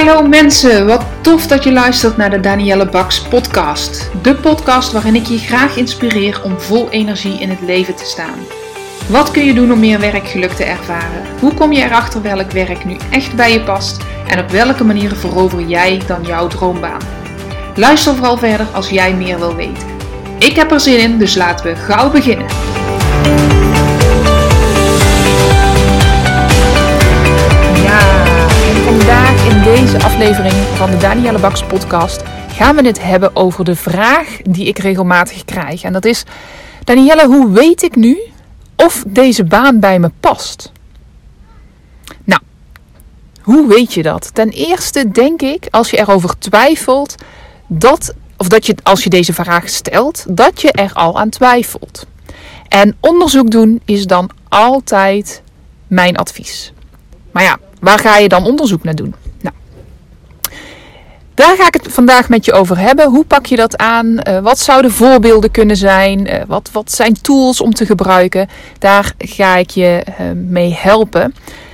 Hallo mensen, wat tof dat je luistert naar de Danielle Baks podcast. De podcast waarin ik je graag inspireer om vol energie in het leven te staan. Wat kun je doen om meer werkgeluk te ervaren? Hoe kom je erachter welk werk nu echt bij je past? En op welke manieren verover jij dan jouw droombaan? Luister vooral verder als jij meer wil weten. Ik heb er zin in, dus laten we gauw beginnen. Vandaag in deze aflevering van de Danielle Baks podcast gaan we het hebben over de vraag die ik regelmatig krijg. En dat is: Danielle, hoe weet ik nu of deze baan bij me past? Nou, hoe weet je dat? Ten eerste denk ik, als je erover twijfelt, als je deze vraag stelt, dat je er al aan twijfelt. En onderzoek doen is dan altijd mijn advies. Maar ja, waar ga je dan onderzoek naar doen? Nou, daar ga ik het vandaag met je over hebben. Hoe pak je dat aan? Wat zouden voorbeelden kunnen zijn? Wat zijn tools om te gebruiken? Daar ga ik je mee helpen.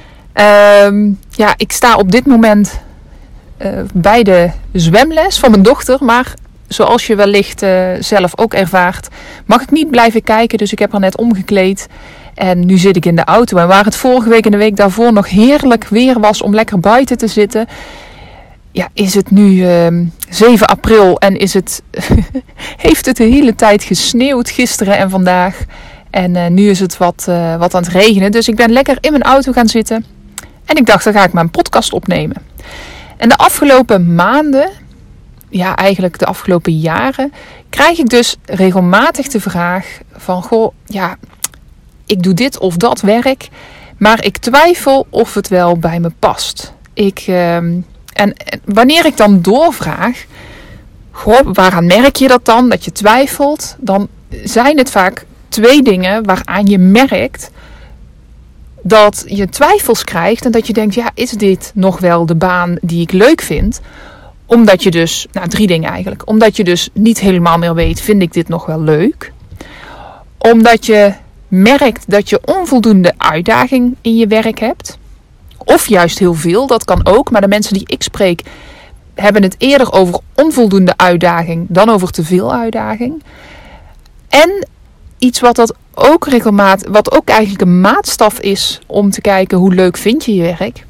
Ik sta op dit moment bij de zwemles van mijn dochter. Maar zoals je wellicht zelf ook ervaart, mag ik niet blijven kijken. Dus ik heb haar net omgekleed. En nu zit ik in de auto. En waar het vorige week en de week daarvoor nog heerlijk weer was om lekker buiten te zitten, is het nu 7 april en heeft het de hele tijd gesneeuwd gisteren en vandaag. En nu is het wat aan het regenen. Dus ik ben lekker in mijn auto gaan zitten. En ik dacht, dan ga ik mijn podcast opnemen. En de afgelopen maanden, eigenlijk de afgelopen jaren, krijg ik dus regelmatig de vraag van, ik doe dit of dat werk, maar ik twijfel of het wel bij me past. En wanneer ik dan doorvraag, waaraan merk je dat dan, dat je twijfelt? Dan zijn het vaak 2 dingen waaraan je merkt dat je twijfels krijgt en dat je denkt, is dit nog wel de baan die ik leuk vind? Omdat je dus, 3 dingen eigenlijk. Omdat je dus niet helemaal meer weet, vind ik dit nog wel leuk? Omdat je merkt dat je onvoldoende uitdaging in je werk hebt. Of juist heel veel, dat kan ook. Maar de mensen die ik spreek hebben het eerder over onvoldoende uitdaging dan over te veel uitdaging. En iets wat ook eigenlijk een maatstaf is om te kijken hoe leuk vind je je werk,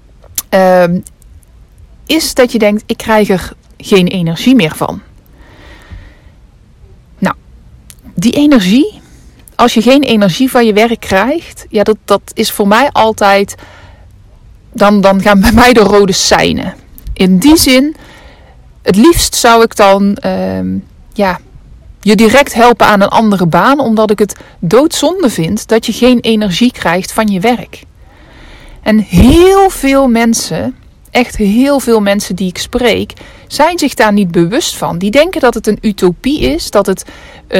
is dat je denkt, ik krijg er geen energie meer van. Nou, die energie, als je geen energie van je werk krijgt, dat is voor mij altijd, dan gaan bij mij de rode seinen. In die zin, het liefst zou ik dan je direct helpen aan een andere baan, omdat ik het doodzonde vind dat je geen energie krijgt van je werk. En heel veel mensen, echt heel veel mensen die ik spreek, zijn zich daar niet bewust van. Die denken dat het een utopie is, dat het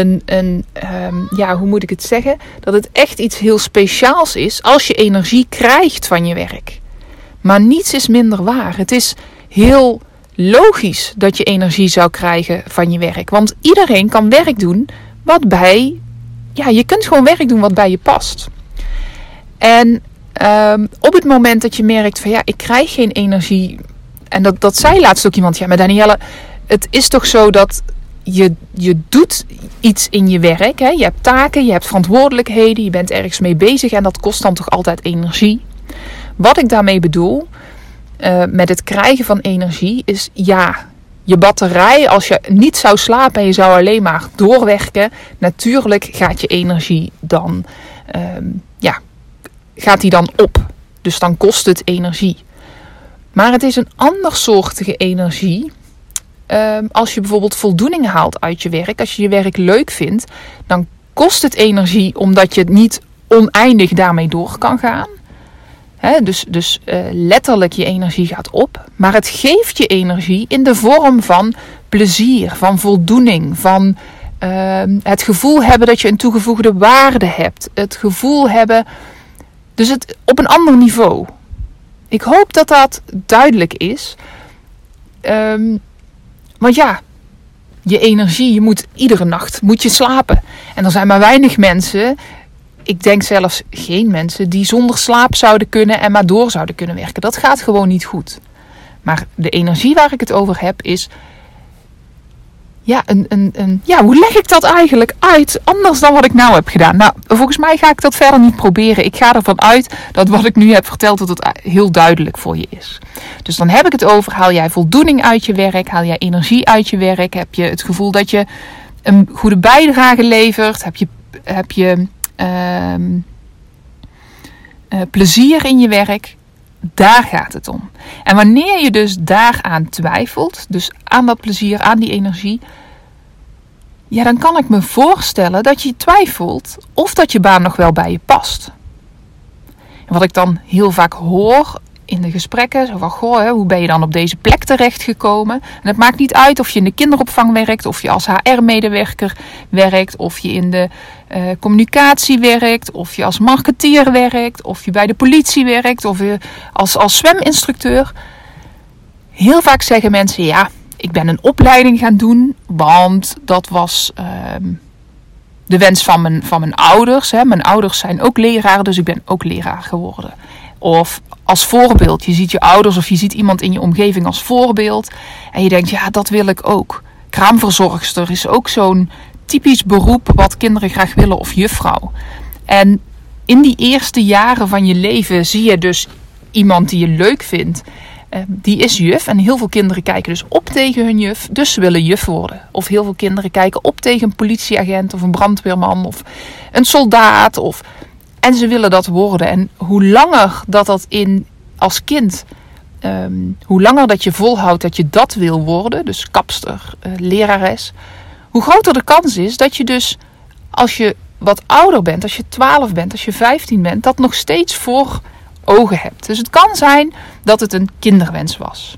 hoe moet ik het zeggen? Dat het echt iets heel speciaals is als je energie krijgt van je werk. Maar niets is minder waar. Het is heel logisch dat je energie zou krijgen van je werk. Want iedereen kan werk doen je kunt gewoon werk doen wat bij je past. En op het moment dat je merkt van ik krijg geen energie. En dat zei laatst ook iemand. Maar Danielle, het is toch zo dat je doet iets in je werk. Hè? Je hebt taken, je hebt verantwoordelijkheden. Je bent ergens mee bezig en dat kost dan toch altijd energie. Wat ik daarmee bedoel met het krijgen van energie is je batterij, als je niet zou slapen en je zou alleen maar doorwerken, natuurlijk gaat je energie dan gaat die dan op. Dus dan kost het energie. Maar het is een andersoortige energie. Als je bijvoorbeeld voldoening haalt uit je werk, als je je werk leuk vindt, dan kost het energie omdat je het niet oneindig daarmee door kan gaan. Dus letterlijk je energie gaat op. Maar het geeft je energie in de vorm van plezier, van voldoening, van het gevoel hebben dat je een toegevoegde waarde hebt. Het gevoel hebben, dus het op een ander niveau. Ik hoop dat dat duidelijk is. Want je energie, je moet iedere nacht slapen. En er zijn maar weinig mensen, ik denk zelfs geen mensen, die zonder slaap zouden kunnen en maar door zouden kunnen werken. Dat gaat gewoon niet goed. Maar de energie waar ik het over heb is... hoe leg ik dat eigenlijk uit? Anders dan wat ik nou heb gedaan. Nou, volgens mij ga ik dat verder niet proberen. Ik ga ervan uit dat wat ik nu heb verteld, dat het heel duidelijk voor je is. Dus dan heb ik het over, haal jij voldoening uit je werk? Haal jij energie uit je werk? Heb je het gevoel dat je een goede bijdrage levert? Heb je plezier in je werk? Daar gaat het om. En wanneer je dus daaraan twijfelt, dus aan dat plezier, aan die energie, ja, dan kan ik me voorstellen dat je twijfelt of dat je baan nog wel bij je past. En wat ik dan heel vaak hoor in de gesprekken, zo van, hoe ben je dan op deze plek terechtgekomen? En het maakt niet uit of je in de kinderopvang werkt, of je als HR-medewerker werkt, of je in de communicatie werkt, of je als marketeer werkt, of je bij de politie werkt, of je als zweminstructeur. Heel vaak zeggen mensen, ja, ik ben een opleiding gaan doen, want dat was de wens van mijn ouders. Hè. Mijn ouders zijn ook leraar, dus ik ben ook leraar geworden. Of als voorbeeld, je ziet je ouders of je ziet iemand in je omgeving als voorbeeld. En je denkt, ja, dat wil ik ook. Kraamverzorgster is ook zo'n typisch beroep wat kinderen graag willen, of juffrouw. En in die eerste jaren van je leven zie je dus iemand die je leuk vindt. Die is juf. En heel veel kinderen kijken dus op tegen hun juf. Dus ze willen juf worden. Of heel veel kinderen kijken op tegen een politieagent of een brandweerman of een soldaat. En ze willen dat worden. En hoe langer dat als kind, hoe langer dat je volhoudt dat je dat wil worden, dus kapster, lerares, hoe groter de kans is dat je dus, als je wat ouder bent, als je 12 bent, als je 15 bent, dat nog steeds voor ogen hebt. Dus het kan zijn dat het een kinderwens was.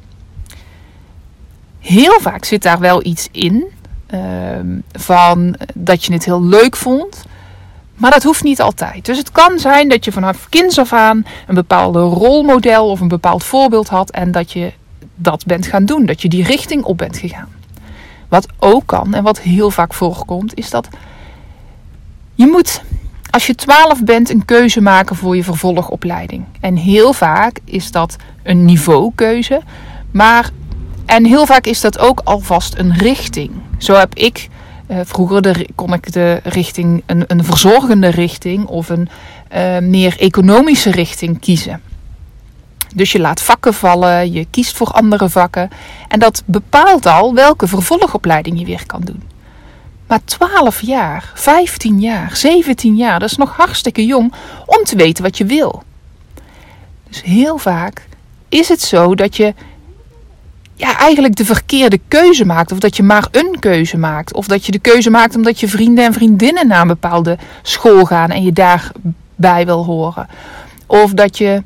Heel vaak zit daar wel iets in van dat je het heel leuk vond. Maar dat hoeft niet altijd. Dus het kan zijn dat je vanaf kinds af aan een bepaalde rolmodel of een bepaald voorbeeld had en dat je dat bent gaan doen. Dat je die richting op bent gegaan. Wat ook kan en wat heel vaak voorkomt is dat je moet, als je 12 bent, een keuze maken voor je vervolgopleiding. En heel vaak is dat een niveaukeuze. En heel vaak is dat ook alvast een richting. Zo heb ik vroeger kon ik de richting, een verzorgende richting of een meer economische richting kiezen. Dus je laat vakken vallen, je kiest voor andere vakken. En dat bepaalt al welke vervolgopleiding je weer kan doen. Maar 12 jaar, 15 jaar, 17 jaar, dat is nog hartstikke jong om te weten wat je wil. Dus heel vaak is het zo dat je eigenlijk de verkeerde keuze maakt. Of dat je maar een keuze maakt. Of dat je de keuze maakt omdat je vrienden en vriendinnen naar een bepaalde school gaan en je daarbij wil horen. Of dat je...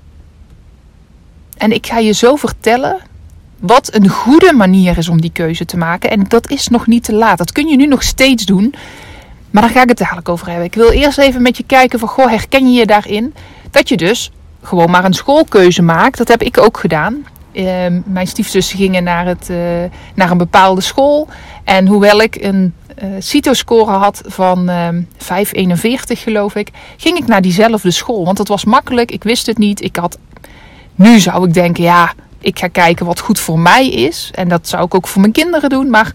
En ik ga je zo vertellen wat een goede manier is om die keuze te maken. En dat is nog niet te laat. Dat kun je nu nog steeds doen. Maar daar ga ik het dadelijk over hebben. Ik wil eerst even met je kijken van, herken je je daarin? Dat je dus gewoon maar een schoolkeuze maakt. Dat heb ik ook gedaan. Mijn stiefzussen gingen naar een bepaalde school. En hoewel ik een CITO-score had van 5,41 geloof ik, ging ik naar diezelfde school. Want dat was makkelijk. Ik wist het niet. Nu zou ik denken, ik ga kijken wat goed voor mij is. En dat zou ik ook voor mijn kinderen doen. Maar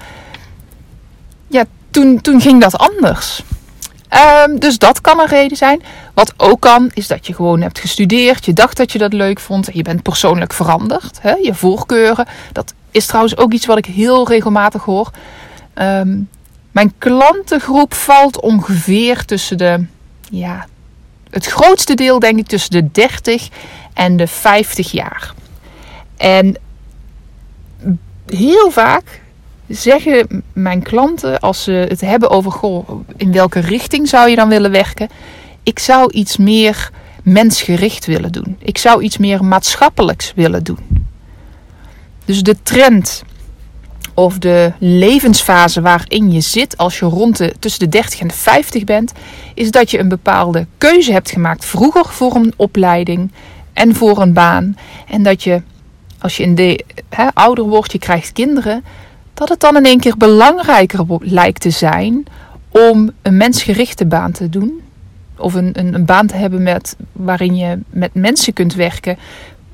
toen ging dat anders. Dus dat kan een reden zijn. Wat ook kan, is dat je gewoon hebt gestudeerd. Je dacht dat je dat leuk vond. En je bent persoonlijk veranderd. Hè? Je voorkeuren. Dat is trouwens ook iets wat ik heel regelmatig hoor. Mijn klantengroep valt ongeveer tussen het grootste deel denk ik tussen de 30 en de 50 jaar. En heel vaak zeggen mijn klanten, als ze het hebben over in welke richting zou je dan willen werken? Ik zou iets meer mensgericht willen doen. Ik zou iets meer maatschappelijks willen doen. Dus de trend of de levensfase waarin je zit als je tussen de 30 en de 50 bent, is dat je een bepaalde keuze hebt gemaakt vroeger voor een opleiding en voor een baan. En dat je, als je ouder wordt, je krijgt kinderen, dat het dan in één keer belangrijker lijkt te zijn om een mensgerichte baan te doen. Of een baan te hebben waarin je met mensen kunt werken.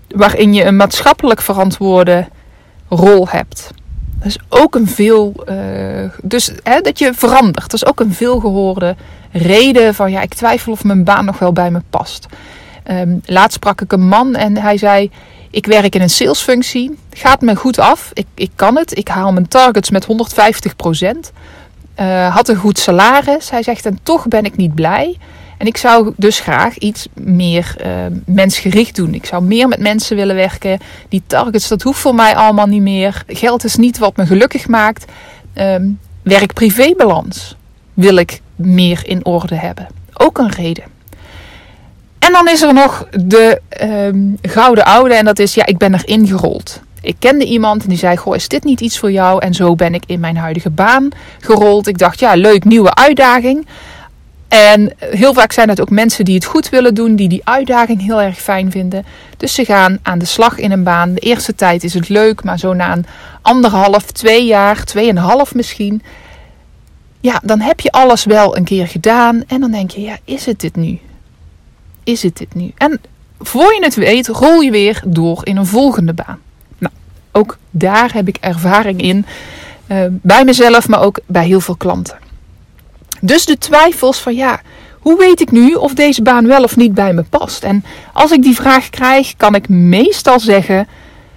waarin je een maatschappelijk verantwoorde rol hebt. Dat is ook een dat je verandert. Dat is ook een veelgehoorde reden van ik twijfel of mijn baan nog wel bij me past. Laatst sprak ik een man en hij zei: ik werk in een salesfunctie, gaat me goed af, ik kan het, ik haal mijn targets met 150%. Had een goed salaris. Hij zegt, en toch ben ik niet blij. En ik zou dus graag iets meer mensgericht doen. Ik zou meer met mensen willen werken. Die targets, dat hoeft voor mij allemaal niet meer. Geld is niet wat me gelukkig maakt. Werk-privé-balans wil ik meer in orde hebben. Ook een reden. En dan is er nog de gouden oude. En dat is, ik ben erin gerold. Ik kende iemand en die zei, goh, is dit niet iets voor jou? En zo ben ik in mijn huidige baan gerold. Ik dacht, leuk, nieuwe uitdaging. En heel vaak zijn het ook mensen die het goed willen doen, die uitdaging heel erg fijn vinden. Dus ze gaan aan de slag in een baan. De eerste tijd is het leuk, maar zo na een 1,5, 2 jaar, 2,5 misschien. Dan heb je alles wel een keer gedaan. En dan denk je, is het dit nu? Is het dit nu? En voor je het weet, rol je weer door in een volgende baan. Nou, ook daar heb ik ervaring in. Bij mezelf, maar ook bij heel veel klanten. Dus de twijfels van hoe weet ik nu of deze baan wel of niet bij me past? En als ik die vraag krijg, kan ik meestal zeggen,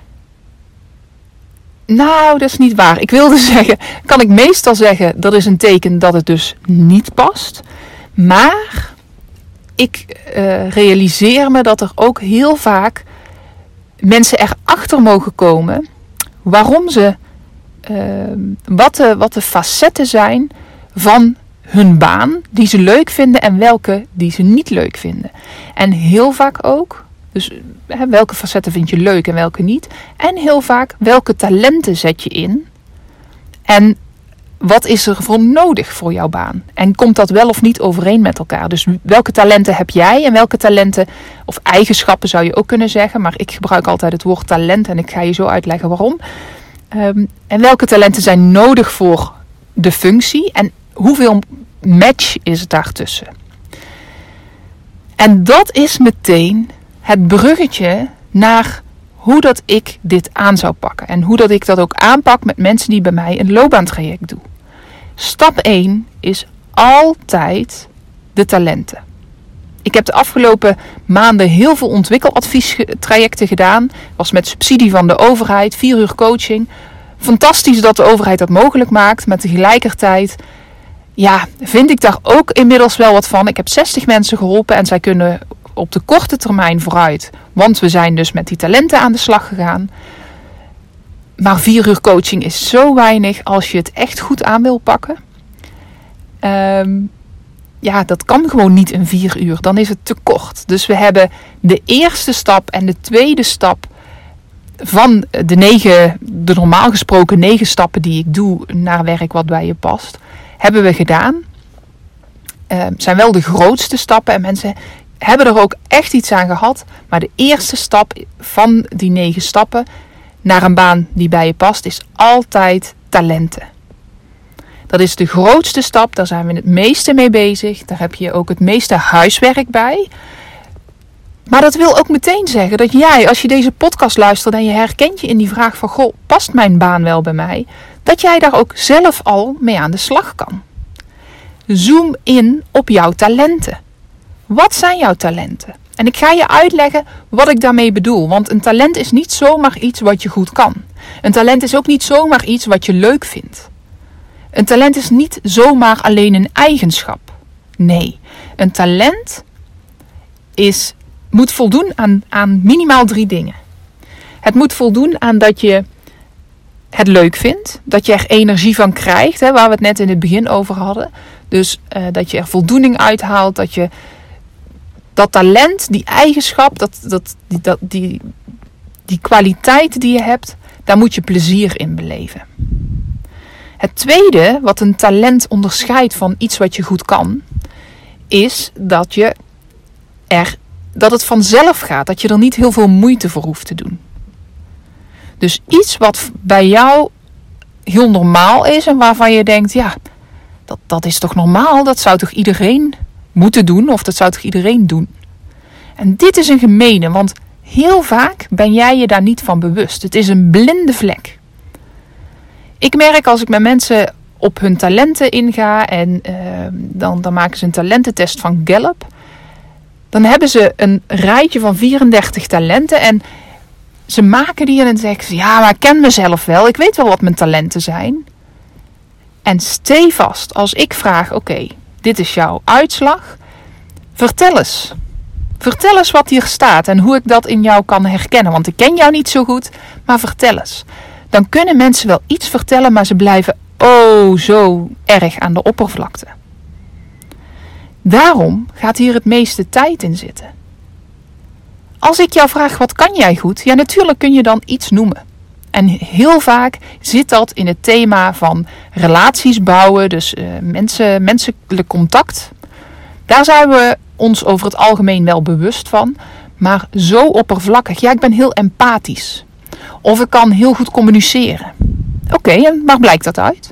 nou, dat is niet waar. Ik wilde zeggen, kan ik meestal zeggen, dat is een teken dat het dus niet past. Maar ik realiseer me dat er ook heel vaak mensen erachter mogen komen waarom ze, wat de facetten zijn van hun baan die ze leuk vinden en welke die ze niet leuk vinden. En heel vaak ook, dus welke facetten vind je leuk en welke niet. En heel vaak, welke talenten zet je in? En wat is er voor nodig voor jouw baan? En komt dat wel of niet overeen met elkaar? Dus welke talenten heb jij en welke talenten, of eigenschappen zou je ook kunnen zeggen, maar ik gebruik altijd het woord talent en ik ga je zo uitleggen waarom. En welke talenten zijn nodig voor de functie en hoeveel match is daartussen? En dat is meteen het bruggetje naar hoe dat ik dit aan zou pakken. En hoe dat ik dat ook aanpak met mensen die bij mij een loopbaantraject doen. Stap 1 is altijd de talenten. Ik heb de afgelopen maanden heel veel ontwikkeladviestrajecten gedaan. Was met subsidie van de overheid, 4 uur coaching. Fantastisch dat de overheid dat mogelijk maakt. Maar tegelijkertijd vind ik daar ook inmiddels wel wat van. Ik heb 60 mensen geholpen en zij kunnen op de korte termijn vooruit. Want we zijn dus met die talenten aan de slag gegaan. Maar 4 uur coaching is zo weinig als je het echt goed aan wil pakken. Dat kan gewoon niet in 4 uur. Dan is het te kort. Dus we hebben de eerste stap en de tweede stap van de normaal gesproken 9 stappen die ik doe naar werk wat bij je past, hebben we gedaan. Zijn wel de grootste stappen en mensen hebben er ook echt iets aan gehad. Maar de eerste stap van die 9 stappen naar een baan die bij je past is altijd talenten. Dat is de grootste stap, daar zijn we het meeste mee bezig. Daar heb je ook het meeste huiswerk bij. Maar dat wil ook meteen zeggen dat jij, als je deze podcast luistert en je herkent je in die vraag van, goh, past mijn baan wel bij mij? Dat jij daar ook zelf al mee aan de slag kan. Zoom in op jouw talenten. Wat zijn jouw talenten? En ik ga je uitleggen wat ik daarmee bedoel. Want een talent is niet zomaar iets wat je goed kan. Een talent is ook niet zomaar iets wat je leuk vindt. Een talent is niet zomaar alleen een eigenschap. Nee, een talent moet voldoen aan minimaal 3 dingen. Het moet voldoen aan dat je het leuk vindt. Dat je er energie van krijgt, waar we het net in het begin over hadden. Dus dat je er voldoening uithaalt. Dat je dat talent, die eigenschap, die kwaliteit die je hebt, daar moet je plezier in beleven. Het tweede, wat een talent onderscheidt van iets wat je goed kan, is dat het vanzelf gaat. Dat je er niet heel veel moeite voor hoeft te doen. Dus iets wat bij jou heel normaal is en waarvan je denkt, dat is toch normaal? Dat zou toch iedereen moeten doen? Of dat zou toch iedereen doen? En dit is een gemene, want heel vaak ben jij je daar niet van bewust. Het is een blinde vlek. Ik merk als ik met mensen op hun talenten inga en dan maken ze een talententest van Gallup. Dan hebben ze een rijtje van 34 talenten en ze maken die en dan zeggen ze, ja, maar ik ken mezelf wel. Ik weet wel wat mijn talenten zijn. En stevast, als ik vraag, oké, dit is jouw uitslag. Vertel eens. Vertel eens wat hier staat en hoe ik dat in jou kan herkennen. Want ik ken jou niet zo goed, maar vertel eens. Dan kunnen mensen wel iets vertellen, maar ze blijven zo erg aan de oppervlakte. Daarom gaat hier het meeste tijd in zitten. Als ik jou vraag, wat kan jij goed? Ja, natuurlijk kun je dan iets noemen. En heel vaak zit dat in het thema van relaties bouwen, dus menselijk contact. Daar zijn we ons over het algemeen wel bewust van, maar zo oppervlakkig. Ja, ik ben heel empathisch. Of ik kan heel goed communiceren. Oké, en waar blijkt dat uit?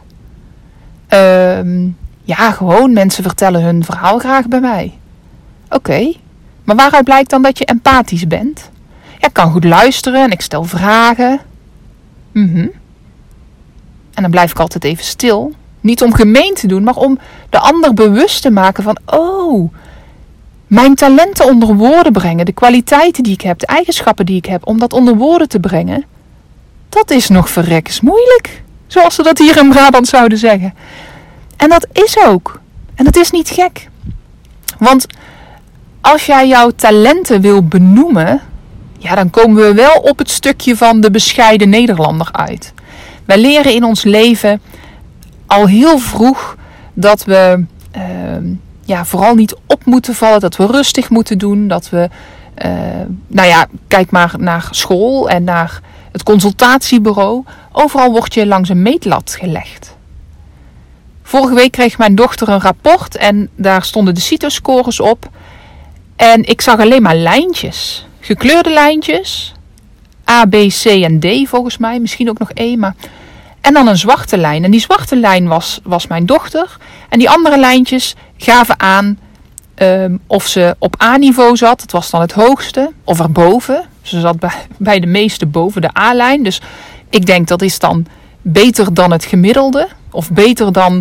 Ja, gewoon mensen vertellen hun verhaal graag bij mij. Oké, maar waaruit blijkt dan dat je empathisch bent? Ja, ik kan goed luisteren en ik stel vragen. En dan blijf ik altijd even stil. Niet om gemeen te doen, maar om de ander bewust te maken van, mijn talenten onder woorden brengen, de kwaliteiten die ik heb, de eigenschappen die ik heb, om dat onder woorden te brengen, dat is nog verrekkers moeilijk. Zoals ze dat hier in Brabant zouden zeggen. En dat is ook. En dat is niet gek. Want als jij jouw talenten wil benoemen, ja, dan komen we wel op het stukje van de bescheiden Nederlander uit. Wij leren in ons leven al heel vroeg dat we vooral niet op moeten vallen, dat we rustig moeten doen, dat we, kijk maar naar school en naar het consultatiebureau. Overal wordt je langs een meetlat gelegd. Vorige week kreeg mijn dochter een rapport en daar stonden de CITO-scores op. En ik zag alleen maar lijntjes. Gekleurde lijntjes. A, B, C en D volgens mij. Misschien ook nog E. En dan een zwarte lijn. En die zwarte lijn was mijn dochter. En die andere lijntjes gaven aan of ze op A-niveau zat. Dat was dan het hoogste. Of erboven. Ze zat bij de meeste boven de A-lijn. Dus ik denk dat is dan beter dan het gemiddelde. Of beter dan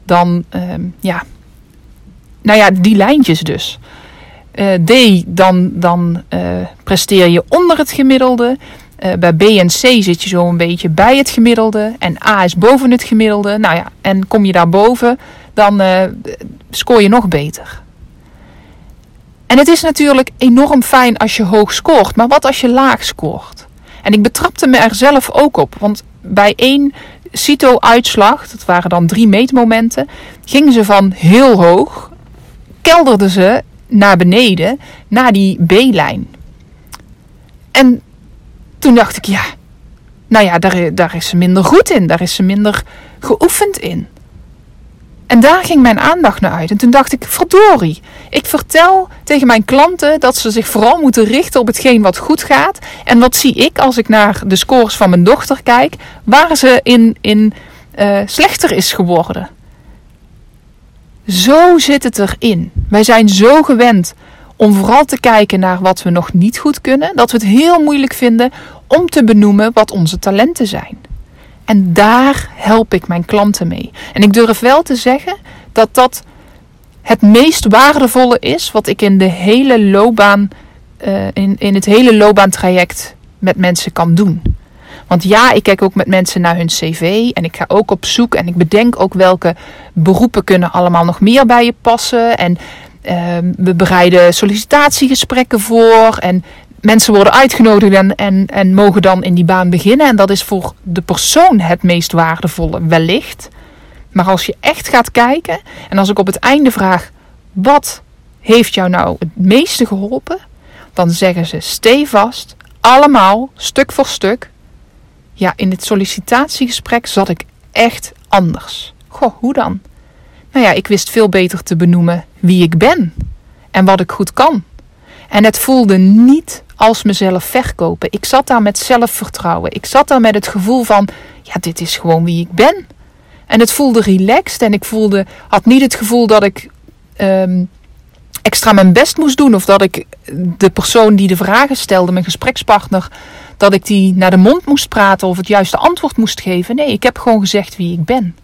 die lijntjes dus. D, dan presteer je onder het gemiddelde. Bij B en C zit je zo een beetje bij het gemiddelde. En A is boven het gemiddelde. Nou ja, en kom je daarboven, dan scoor je nog beter. En het is natuurlijk enorm fijn als je hoog scoort. Maar wat als je laag scoort? En ik betrapte me er zelf ook op. Want bij 1 CITO-uitslag, dat waren dan 3 meetmomenten, gingen ze van heel hoog, kelderden ze naar beneden, naar die B-lijn. En toen dacht ik, daar is ze minder goed in. Daar is ze minder geoefend in. En daar ging mijn aandacht naar uit. En toen dacht ik, verdorie. Ik vertel tegen mijn klanten dat ze zich vooral moeten richten op hetgeen wat goed gaat. En wat zie ik als ik naar de scores van mijn dochter kijk, waar ze in slechter is geworden. Zo zit het erin. Wij zijn zo gewend om vooral te kijken naar wat we nog niet goed kunnen, dat we het heel moeilijk vinden om te benoemen wat onze talenten zijn. En daar help ik mijn klanten mee. En ik durf wel te zeggen dat dat het meest waardevolle is wat ik in de hele loopbaan, in het hele loopbaantraject met mensen kan doen. Want ja, ik kijk ook met mensen naar hun cv en ik ga ook op zoek en ik bedenk ook welke beroepen kunnen allemaal nog meer bij je passen. En we bereiden sollicitatiegesprekken voor en mensen worden uitgenodigd en mogen dan in die baan beginnen. En dat is voor de persoon het meest waardevolle, wellicht. Maar als je echt gaat kijken en als ik op het einde vraag, wat heeft jou nou het meeste geholpen? Dan zeggen ze stevast, allemaal, stuk voor stuk. Ja, in het sollicitatiegesprek zat ik echt anders. Goh, hoe dan? Nou ja, ik wist veel beter te benoemen wie ik ben en wat ik goed kan. En het voelde niet als mezelf verkopen. Ik zat daar met zelfvertrouwen. Ik zat daar met het gevoel van, ja, dit is gewoon wie ik ben. En het voelde relaxed en ik had niet het gevoel dat ik extra mijn best moest doen. Of dat ik de persoon die de vragen stelde, mijn gesprekspartner, dat ik die naar de mond moest praten of het juiste antwoord moest geven. Nee, ik heb gewoon gezegd wie ik ben.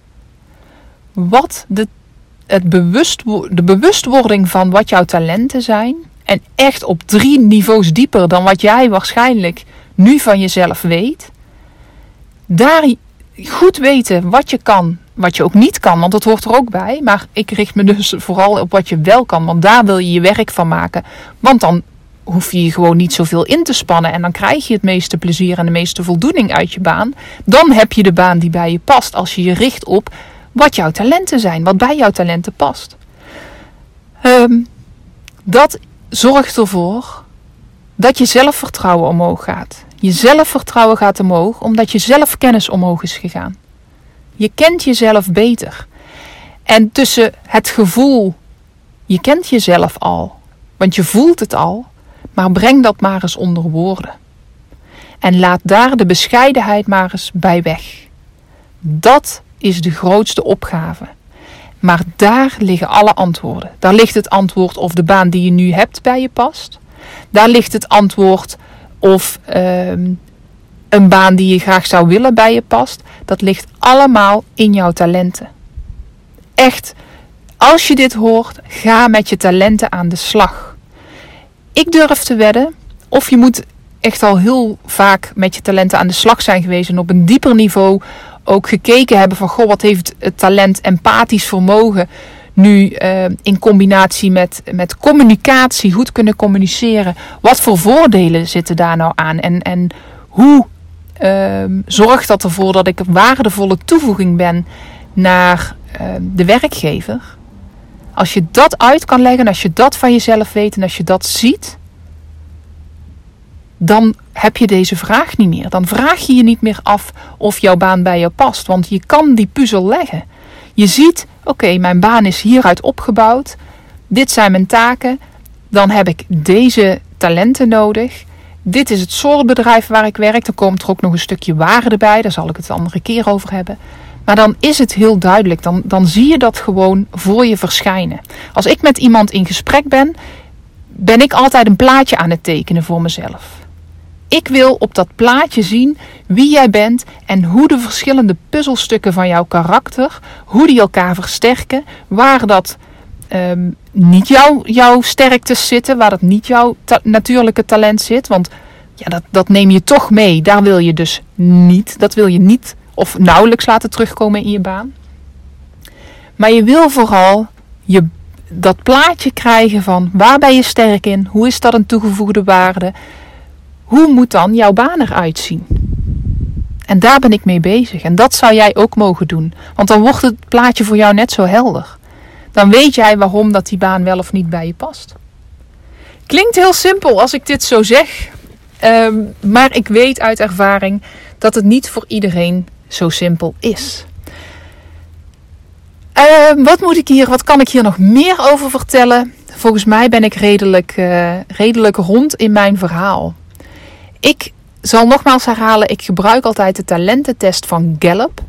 Wat de bewustwording van wat jouw talenten zijn. En echt op 3 niveaus dieper dan wat jij waarschijnlijk nu van jezelf weet. Daar goed weten wat je kan, wat je ook niet kan, want dat hoort er ook bij. Maar ik richt me dus vooral op wat je wel kan, want daar wil je je werk van maken. Want dan hoef je je gewoon niet zoveel in te spannen en dan krijg je het meeste plezier en de meeste voldoening uit je baan. Dan heb je de baan die bij je past als je je richt op wat jouw talenten zijn, wat bij jouw talenten past. Dat zorgt ervoor dat je zelfvertrouwen omhoog gaat. Je zelfvertrouwen gaat omhoog omdat je zelfkennis omhoog is gegaan. Je kent jezelf beter. En tussen het gevoel, je kent jezelf al, want je voelt het al, maar breng dat maar eens onder woorden. En laat daar de bescheidenheid maar eens bij weg. Dat is de grootste opgave. Maar daar liggen alle antwoorden. Daar ligt het antwoord of de baan die je nu hebt bij je past. Daar ligt het antwoord of een baan die je graag zou willen bij je past. Dat ligt allemaal in jouw talenten. Echt, als je dit hoort, ga met je talenten aan de slag. Ik durf te wedden, of je moet echt al heel vaak met je talenten aan de slag zijn geweest en op een dieper niveau ook gekeken hebben van, goh, wat heeft het talent empathisch vermogen nu in combinatie met communicatie, goed kunnen communiceren. Wat voor voordelen zitten daar nou aan? En hoe zorgt dat ervoor dat ik een waardevolle toevoeging ben naar de werkgever? Als je dat uit kan leggen, als je dat van jezelf weet en als je dat ziet, dan heb je deze vraag niet meer. Dan vraag je je niet meer af of jouw baan bij jou past. Want je kan die puzzel leggen. Je ziet, oké, mijn baan is hieruit opgebouwd. Dit zijn mijn taken. Dan heb ik deze talenten nodig. Dit is het soort bedrijf waar ik werk. Dan komt er ook nog een stukje waarde bij. Daar zal ik het de andere keer over hebben. Maar dan is het heel duidelijk. Dan zie je dat gewoon voor je verschijnen. Als ik met iemand in gesprek ben ik altijd een plaatje aan het tekenen voor mezelf. Ik wil op dat plaatje zien wie jij bent en hoe de verschillende puzzelstukken van jouw karakter, hoe die elkaar versterken, waar dat niet jouw sterktes zitten, waar dat niet jouw natuurlijke talent zit. Want ja, dat neem je toch mee. Daar wil je dus niet. Dat wil je niet of nauwelijks laten terugkomen in je baan. Maar je wil vooral dat plaatje krijgen van waar ben je sterk in? Hoe is dat een toegevoegde waarde? Hoe moet dan jouw baan eruit zien? En daar ben ik mee bezig. En dat zou jij ook mogen doen. Want dan wordt het plaatje voor jou net zo helder. Dan weet jij waarom dat die baan wel of niet bij je past. Klinkt heel simpel als ik dit zo zeg. Maar ik weet uit ervaring dat het niet voor iedereen zo simpel is. Wat kan ik hier nog meer over vertellen? Volgens mij ben ik redelijk rond in mijn verhaal. Ik zal nogmaals herhalen, ik gebruik altijd de talententest van Gallup.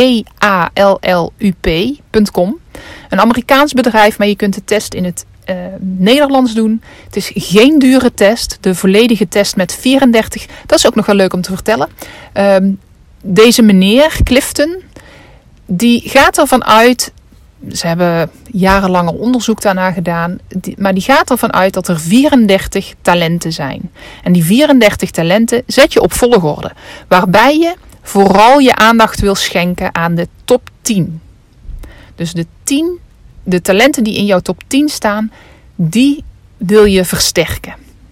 Gallup.com. Een Amerikaans bedrijf, maar je kunt de test in het Nederlands doen. Het is geen dure test. De volledige test met 34. Dat is ook nog wel leuk om te vertellen. Deze meneer Clifton, die gaat ervan uit. Ze hebben jarenlang onderzoek daarna gedaan. Maar die gaat ervan uit dat er 34 talenten zijn. En die 34 talenten zet je op volgorde. Waarbij je vooral je aandacht wil schenken aan de top 10. Dus de talenten die in jouw top 10 staan, die wil je versterken.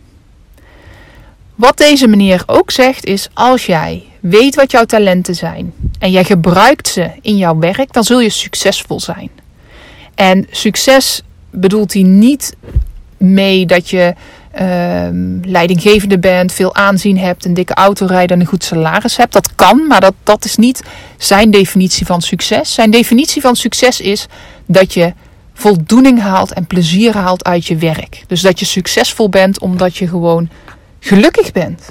Wat deze meneer ook zegt is, als jij weet wat jouw talenten zijn en jij gebruikt ze in jouw werk, dan zul je succesvol zijn. En succes bedoelt hij niet mee dat je leidinggevende bent, veel aanzien hebt, een dikke auto rijdt en een goed salaris hebt. Dat kan, maar dat is niet zijn definitie van succes. Zijn definitie van succes is dat je voldoening haalt en plezier haalt uit je werk. Dus dat je succesvol bent omdat je gewoon gelukkig bent.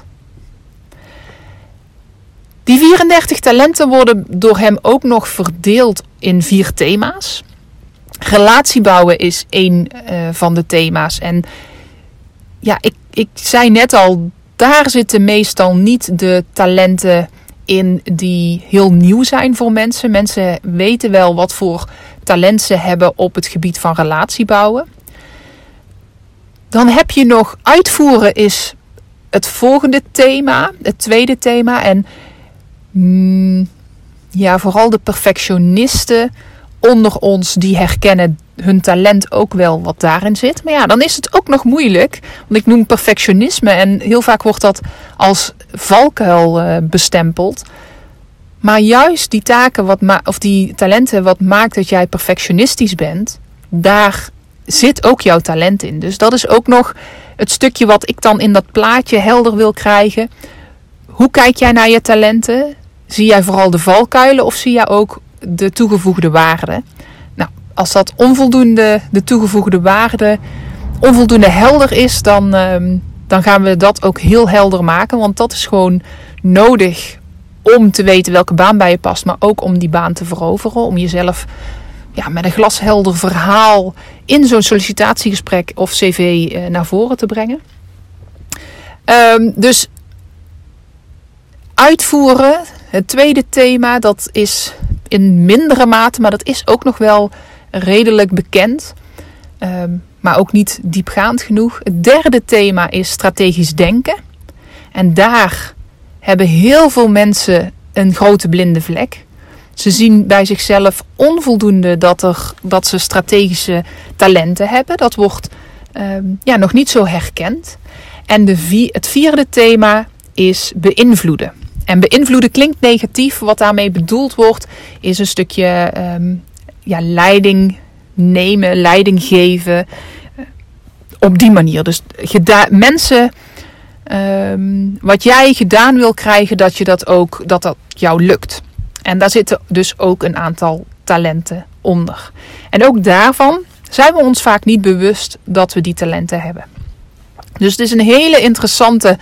Die 34 talenten worden door hem ook nog verdeeld in 4 thema's. Relatie bouwen is één van de thema's. En ja, ik zei net al, daar zitten meestal niet de talenten in die heel nieuw zijn voor mensen. Mensen weten wel wat voor talent ze hebben op het gebied van relatie bouwen. Dan heb je nog uitvoeren is het volgende thema, het tweede thema. En vooral de perfectionisten onder ons, die herkennen hun talent ook wel wat daarin zit. Maar ja, dan is het ook nog moeilijk. Want ik noem perfectionisme en heel vaak wordt dat als valkuil bestempeld. Maar juist die taken of die talenten wat maakt dat jij perfectionistisch bent, daar zit ook jouw talent in. Dus dat is ook nog het stukje wat ik dan in dat plaatje helder wil krijgen. Hoe kijk jij naar je talenten? Zie jij vooral de valkuilen of zie jij ook de toegevoegde waarde? Nou, als dat onvoldoende, de toegevoegde waarde, onvoldoende helder is, dan gaan we dat ook heel helder maken. Want dat is gewoon nodig om te weten welke baan bij je past, maar ook om die baan te veroveren. Om jezelf met een glashelder verhaal in zo'n sollicitatiegesprek of cv naar voren te brengen. Dus uitvoeren, het tweede thema, dat is in mindere mate, maar dat is ook nog wel redelijk bekend. Maar ook niet diepgaand genoeg. Het derde thema is strategisch denken. En daar hebben heel veel mensen een grote blinde vlek. Ze zien bij zichzelf onvoldoende dat ze strategische talenten hebben. Dat wordt nog niet zo herkend. En het vierde thema is beïnvloeden. En beïnvloeden klinkt negatief. Wat daarmee bedoeld wordt is een stukje leiding nemen, leiding geven. Op die manier. Dus mensen, wat jij gedaan wil krijgen, dat jou lukt. En daar zitten dus ook een aantal talenten onder. En ook daarvan zijn we ons vaak niet bewust dat we die talenten hebben. Dus het is een hele interessante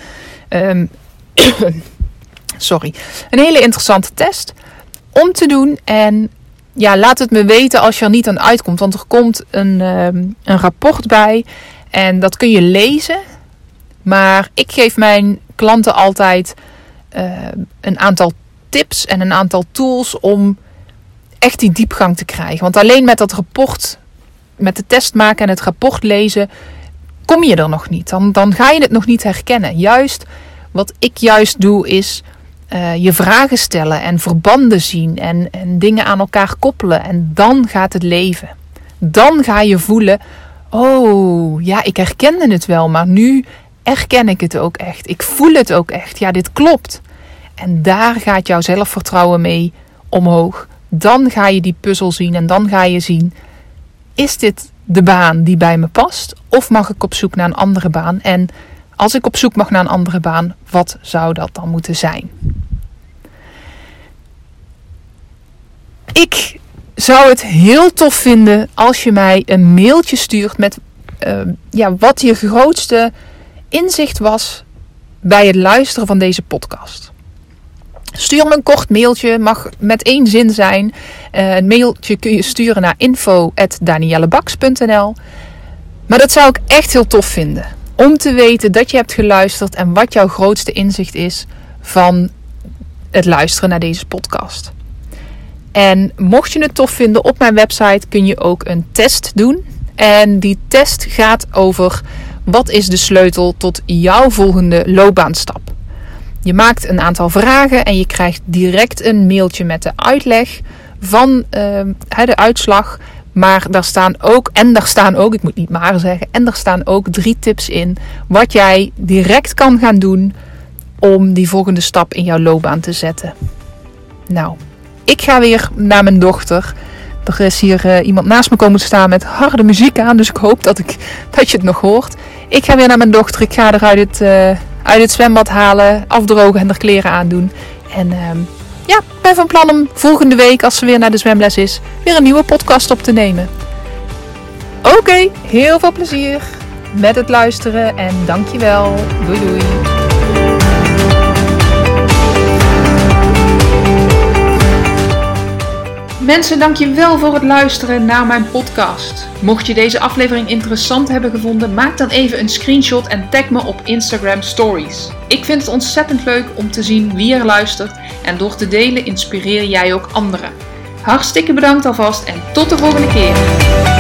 een hele interessante test om te doen. En ja, laat het me weten als je er niet aan uitkomt. Want er komt een rapport bij. En dat kun je lezen. Maar ik geef mijn klanten altijd een aantal tips en een aantal tools om echt die diepgang te krijgen. Want alleen met dat rapport, met de test maken en het rapport lezen, kom je er nog niet. Dan ga je het nog niet herkennen. Juist wat ik juist doe is je vragen stellen en verbanden zien en dingen aan elkaar koppelen. En dan gaat het leven. Dan ga je voelen, oh ja, ik herkende het wel, maar nu erken ik het ook echt. Ik voel het ook echt. Ja, dit klopt. En daar gaat jouw zelfvertrouwen mee omhoog. Dan ga je die puzzel zien en dan ga je zien, is dit de baan die bij me past? Of mag ik op zoek naar een andere baan? En als ik op zoek mag naar een andere baan, wat zou dat dan moeten zijn? Ik zou het heel tof vinden als je mij een mailtje stuurt met wat je grootste inzicht was bij het luisteren van deze podcast. Stuur me een kort mailtje, mag met 1 zin zijn. Een mailtje kun je sturen naar info@daniellebaks.nl. Maar dat zou ik echt heel tof vinden. Om te weten dat je hebt geluisterd en wat jouw grootste inzicht is van het luisteren naar deze podcast. En mocht je het tof vinden, op mijn website kun je ook een test doen. En die test gaat over wat is de sleutel tot jouw volgende loopbaanstap. Je maakt een aantal vragen en je krijgt direct een mailtje met de uitleg van de uitslag. Maar daar staan ook, ik moet niet maar zeggen, en er staan ook 3 tips in wat jij direct kan gaan doen om die volgende stap in jouw loopbaan te zetten. Nou, ik ga weer naar mijn dochter. Er is hier iemand naast me komen staan met harde muziek aan, dus ik hoop dat je het nog hoort. Ik ga weer naar mijn dochter, ik ga haar uit het zwembad halen, afdrogen en haar kleren aandoen. En ik ben van plan om volgende week, als ze weer naar de zwemles is, weer een nieuwe podcast op te nemen. Oké, heel veel plezier met het luisteren en dankjewel. Doei doei. Mensen, dankjewel voor het luisteren naar mijn podcast. Mocht je deze aflevering interessant hebben gevonden, maak dan even een screenshot en tag me op Instagram Stories. Ik vind het ontzettend leuk om te zien wie er luistert en door te delen inspireer jij ook anderen. Hartstikke bedankt alvast en tot de volgende keer.